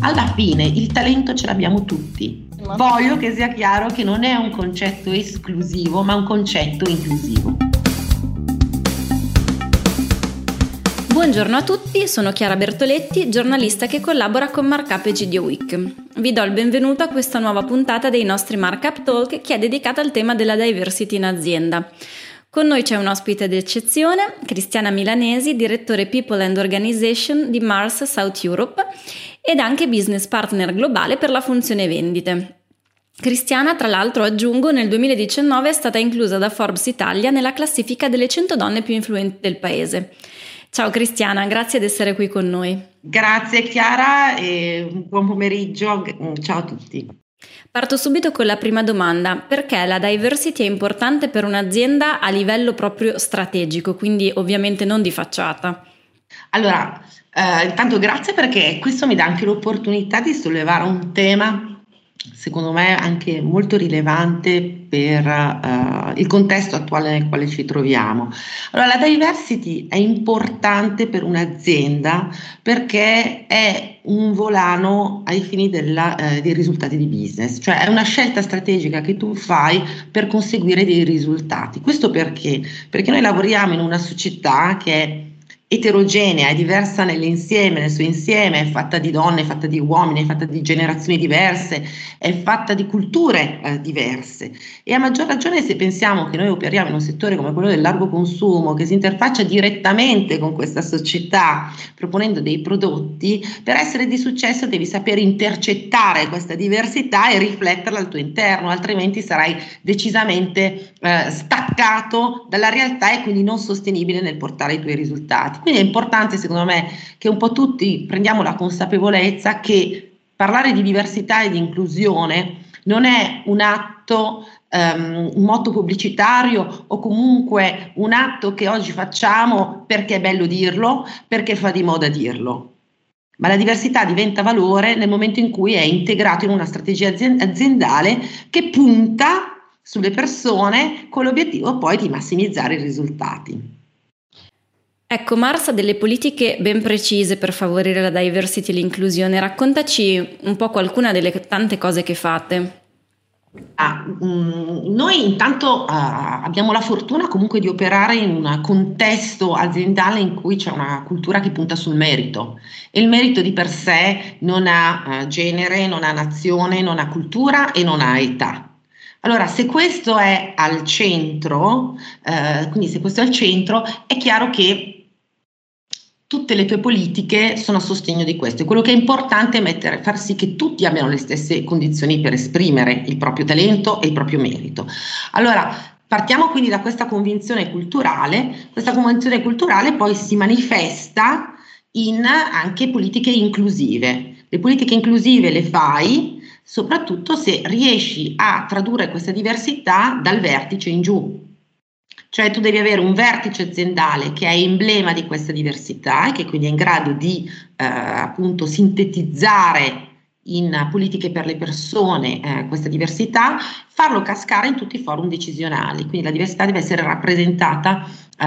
Alla fine il talento ce l'abbiamo tutti. Voglio che sia chiaro che non è un concetto esclusivo, ma un concetto inclusivo. Buongiorno a tutti, sono Chiara Bertoletti, giornalista che collabora con Markup e GDO Week. Vi do il benvenuto a questa nuova puntata dei nostri Markup Talk che è dedicata al tema della diversity in azienda. Con noi c'è un ospite d'eccezione, Cristiana Milanesi, direttore People and Organization di Mars South Europe ed anche business partner globale per la funzione vendite. Cristiana, tra l'altro, aggiungo, nel 2019 è stata inclusa da Forbes Italia nella classifica delle 100 donne più influenti del paese. Ciao Cristiana, grazie di essere qui con noi. Grazie Chiara e buon pomeriggio, ciao a tutti. Parto subito con la prima domanda. Perché la diversity è importante per un'azienda a livello proprio strategico, quindi ovviamente non di facciata? Allora, intanto grazie perché questo mi dà anche l'opportunità di sollevare un tema secondo me anche molto rilevante per il contesto attuale nel quale ci troviamo. Allora, la diversity è importante per un'azienda perché è un volano ai fini dei risultati di business, cioè è una scelta strategica che tu fai per conseguire dei risultati. Questo perché? Perché noi lavoriamo in una società che è eterogenea, è diversa nell'insieme, nel suo insieme, è fatta di donne, è fatta di uomini, è fatta di generazioni diverse, è fatta di culture diverse e a maggior ragione se pensiamo che noi operiamo in un settore come quello del largo consumo che si interfaccia direttamente con questa società proponendo dei prodotti, per essere di successo devi sapere intercettare questa diversità e rifletterla al tuo interno, altrimenti sarai decisamente staccato dalla realtà e quindi non sostenibile nel portare i tuoi risultati. Quindi è importante secondo me che un po' tutti prendiamo la consapevolezza che parlare di diversità e di inclusione non è un atto, un motto pubblicitario o comunque un atto che oggi facciamo perché è bello dirlo, perché fa di moda dirlo. Ma la diversità diventa valore nel momento in cui è integrato in una strategia aziendale che punta sulle persone con l'obiettivo poi di massimizzare i risultati. Ecco, Mars ha delle politiche ben precise per favorire la diversity e l'inclusione. Raccontaci un po' qualcuna delle tante cose che fate. Noi intanto abbiamo la fortuna comunque di operare in un contesto aziendale in cui c'è una cultura che punta sul merito e il merito di per sé non ha genere, non ha nazione, non ha cultura e non ha età. Allora, se questo è al centro, quindi se questo è al centro, è chiaro che tutte le tue politiche sono a sostegno di questo. E quello che è importante è far sì che tutti abbiano le stesse condizioni per esprimere il proprio talento e il proprio merito. Allora, partiamo quindi da questa convinzione culturale. Questa convinzione culturale poi si manifesta in anche politiche inclusive. Le politiche inclusive le fai soprattutto se riesci a tradurre questa diversità dal vertice in giù. Cioè tu devi avere un vertice aziendale che è emblema di questa diversità e che quindi è in grado di appunto sintetizzare in politiche per le persone questa diversità, farlo cascare in tutti i forum decisionali, quindi la diversità deve essere rappresentata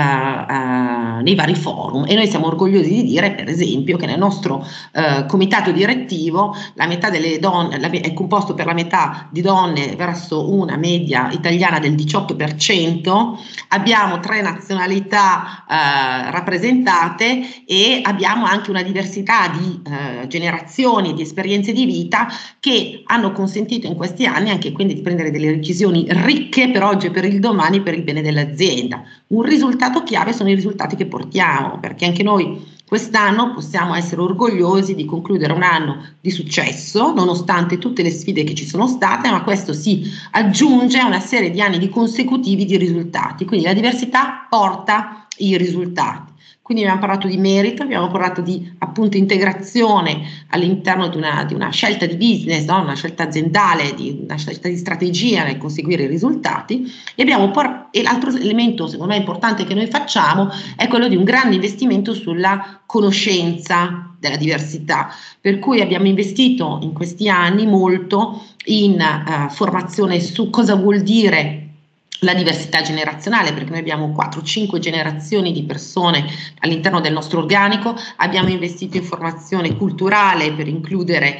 nei vari forum e noi siamo orgogliosi di dire per esempio che nel nostro comitato direttivo la metà delle donne è composto per la metà di donne verso una media italiana del 18%, abbiamo 3 nazionalità rappresentate e abbiamo anche una diversità di generazioni, di esperienze di vita che hanno consentito in questi anni anche quindi di prendere delle decisioni ricche per oggi e per il domani per il bene dell'azienda. Un risultato chiave sono i risultati che portiamo, perché anche noi quest'anno possiamo essere orgogliosi di concludere un anno di successo, nonostante tutte le sfide che ci sono state, ma questo si aggiunge a una serie di anni consecutivi di risultati. Quindi la diversità porta i risultati. Quindi abbiamo parlato di merito, abbiamo parlato di appunto integrazione all'interno di una scelta di business, no? Una scelta aziendale, di una scelta di strategia nel conseguire i risultati e l'altro elemento secondo me importante che noi facciamo è quello di un grande investimento sulla conoscenza della diversità, per cui abbiamo investito in questi anni molto in formazione su cosa vuol dire la diversità generazionale, perché noi abbiamo 4-5 generazioni di persone all'interno del nostro organico, abbiamo investito in formazione culturale per includere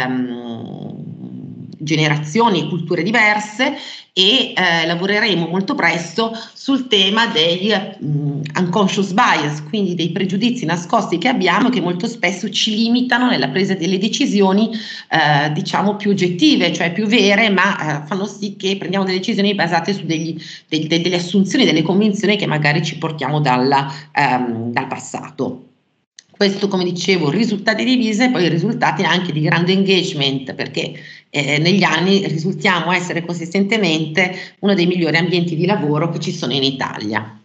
generazioni e culture diverse e lavoreremo molto presto sul tema degli unconscious bias, quindi dei pregiudizi nascosti che abbiamo, che molto spesso ci limitano nella presa delle decisioni diciamo più oggettive, cioè più vere, ma fanno sì che prendiamo delle decisioni basate su delle assunzioni, delle convinzioni che magari ci portiamo dal passato. Questo, come dicevo, risultati divise e poi risultati anche di grande engagement, perché negli anni risultiamo essere consistentemente uno dei migliori ambienti di lavoro che ci sono in Italia.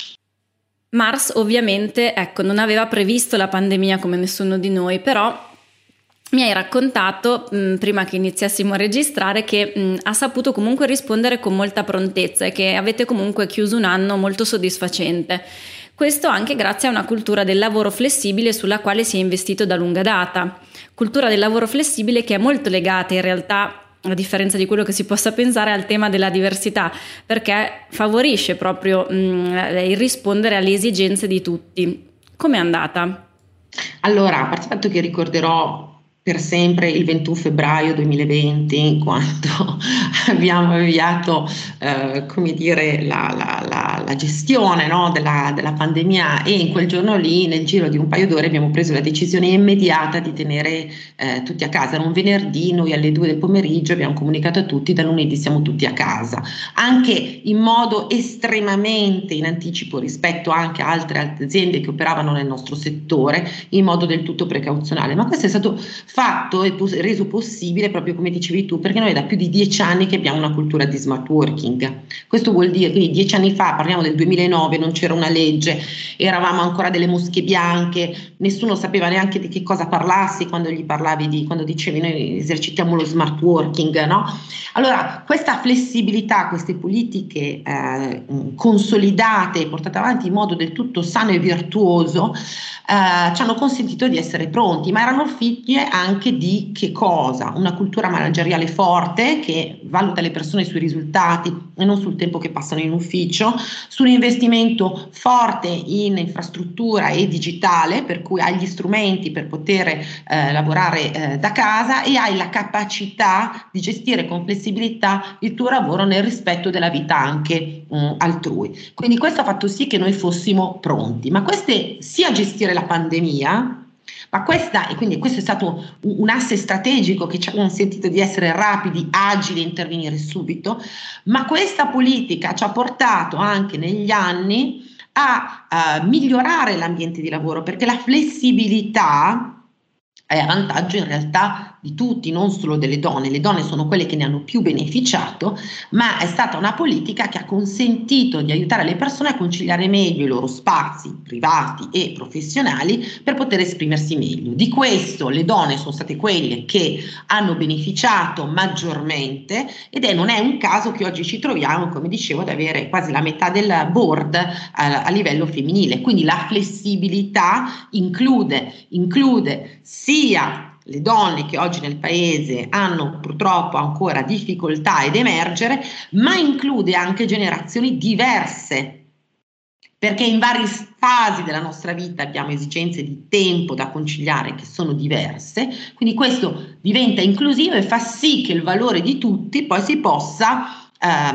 Mars ovviamente, ecco, non aveva previsto la pandemia come nessuno di noi, però mi hai raccontato, prima che iniziassimo a registrare, che ha saputo comunque rispondere con molta prontezza e che avete comunque chiuso un anno molto soddisfacente. Questo anche grazie a una cultura del lavoro flessibile sulla quale si è investito da lunga data. Cultura del lavoro flessibile che è molto legata in realtà, a differenza di quello che si possa pensare, al tema della diversità, perché favorisce proprio il rispondere alle esigenze di tutti. Com'è andata? Allora, a parte il fatto che ricorderò per sempre il 21 febbraio 2020, quando abbiamo avviato come dire, la gestione, no, della pandemia, e in quel giorno lì, nel giro di un paio d'ore, abbiamo preso la decisione immediata di tenere tutti a casa. Era un venerdì, noi alle 2 del pomeriggio abbiamo comunicato a tutti: da lunedì siamo tutti a casa, anche in modo estremamente in anticipo rispetto anche a altre aziende che operavano nel nostro settore, in modo del tutto precauzionale. Ma questo è stato fatto e reso possibile proprio come dicevi tu, perché noi da più di 10 anni che abbiamo una cultura di smart working. Questo vuol dire, quindi 10 anni fa, parliamo del 2009, non c'era una legge, eravamo ancora delle mosche bianche, nessuno sapeva neanche di che cosa parlassi quando gli parlavi quando dicevi noi esercitiamo lo smart working, no? Allora, questa flessibilità, queste politiche consolidate e portate avanti in modo del tutto sano e virtuoso ci hanno consentito di essere pronti, ma erano figlie anche di che cosa? Una cultura manageriale forte che valuta le persone sui risultati e non sul tempo che passano in ufficio, su un investimento forte in infrastruttura e digitale, per cui hai gli strumenti per poter lavorare da casa e hai la capacità di gestire con flessibilità il tuo lavoro nel rispetto della vita anche altrui. Quindi questo ha fatto sì che noi fossimo pronti, ma queste sia gestire la pandemia, ma e quindi questo è stato un asse strategico che ci ha consentito di essere rapidi, agili e intervenire subito, ma questa politica ci ha portato anche negli anni a migliorare l'ambiente di lavoro, perché la flessibilità è a vantaggio in realtà di tutti, non solo delle donne. Le donne sono quelle che ne hanno più beneficiato, ma è stata una politica che ha consentito di aiutare le persone a conciliare meglio i loro spazi privati e professionali per poter esprimersi meglio. Di questo le donne sono state quelle che hanno beneficiato maggiormente ed non è un caso che oggi ci troviamo, come dicevo, ad avere quasi la metà del board a livello femminile. Quindi la flessibilità include sia le donne che oggi nel paese hanno purtroppo ancora difficoltà ad emergere, ma include anche generazioni diverse, perché in varie fasi della nostra vita abbiamo esigenze di tempo da conciliare che sono diverse, quindi questo diventa inclusivo e fa sì che il valore di tutti poi si possa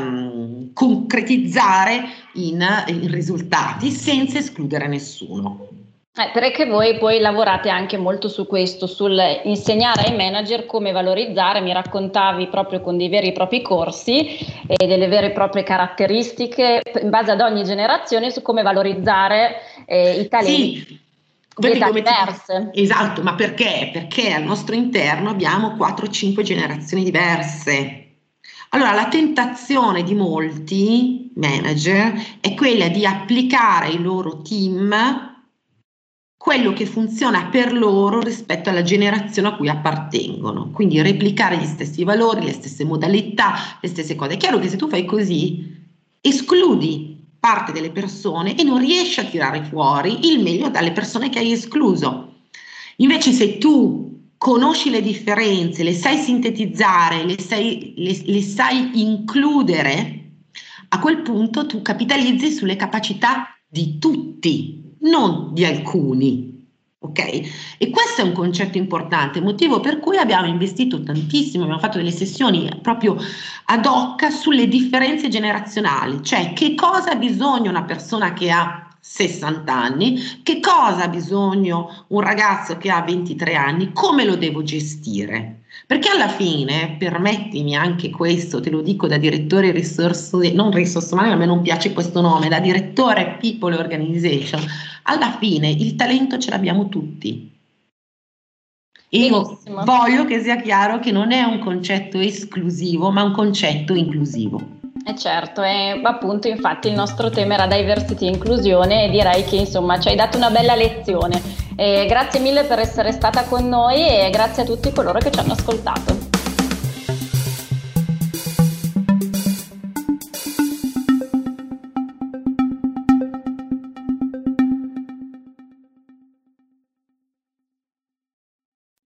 concretizzare in risultati senza escludere nessuno. Perché voi poi lavorate anche molto su questo, sul insegnare ai manager come valorizzare. Mi raccontavi proprio con dei veri e propri corsi e delle vere e proprie caratteristiche in base ad ogni generazione su come valorizzare i talenti. Sì. Di età diverse. Esatto, ma perché? Perché al nostro interno abbiamo 4-5 generazioni diverse. Allora, la tentazione di molti manager è quella di applicare ai loro team quello che funziona per loro rispetto alla generazione a cui appartengono, quindi replicare gli stessi valori, le stesse modalità, le stesse cose. È chiaro che se tu fai così escludi parte delle persone e non riesci a tirare fuori il meglio dalle persone che hai escluso. Invece se tu conosci le differenze, le sai sintetizzare, le sai includere, a quel punto tu capitalizzi sulle capacità di tutti, non di alcuni. Ok? E questo è un concetto importante, motivo per cui abbiamo investito tantissimo, abbiamo fatto delle sessioni proprio ad hoc sulle differenze generazionali, cioè che cosa ha bisogno una persona che ha 60 anni, che cosa ha bisogno un ragazzo che ha 23 anni, come lo devo gestire. Perché alla fine, permettimi anche questo, te lo dico da direttore non risorse umane, a me non piace questo nome, da direttore People Organization, alla fine il talento ce l'abbiamo tutti. E io voglio che sia chiaro che non è un concetto esclusivo, ma un concetto inclusivo. Certo, appunto infatti il nostro tema era diversity e inclusione e direi che insomma ci hai dato una bella lezione. Grazie mille per essere stata con noi e grazie a tutti coloro che ci hanno ascoltato.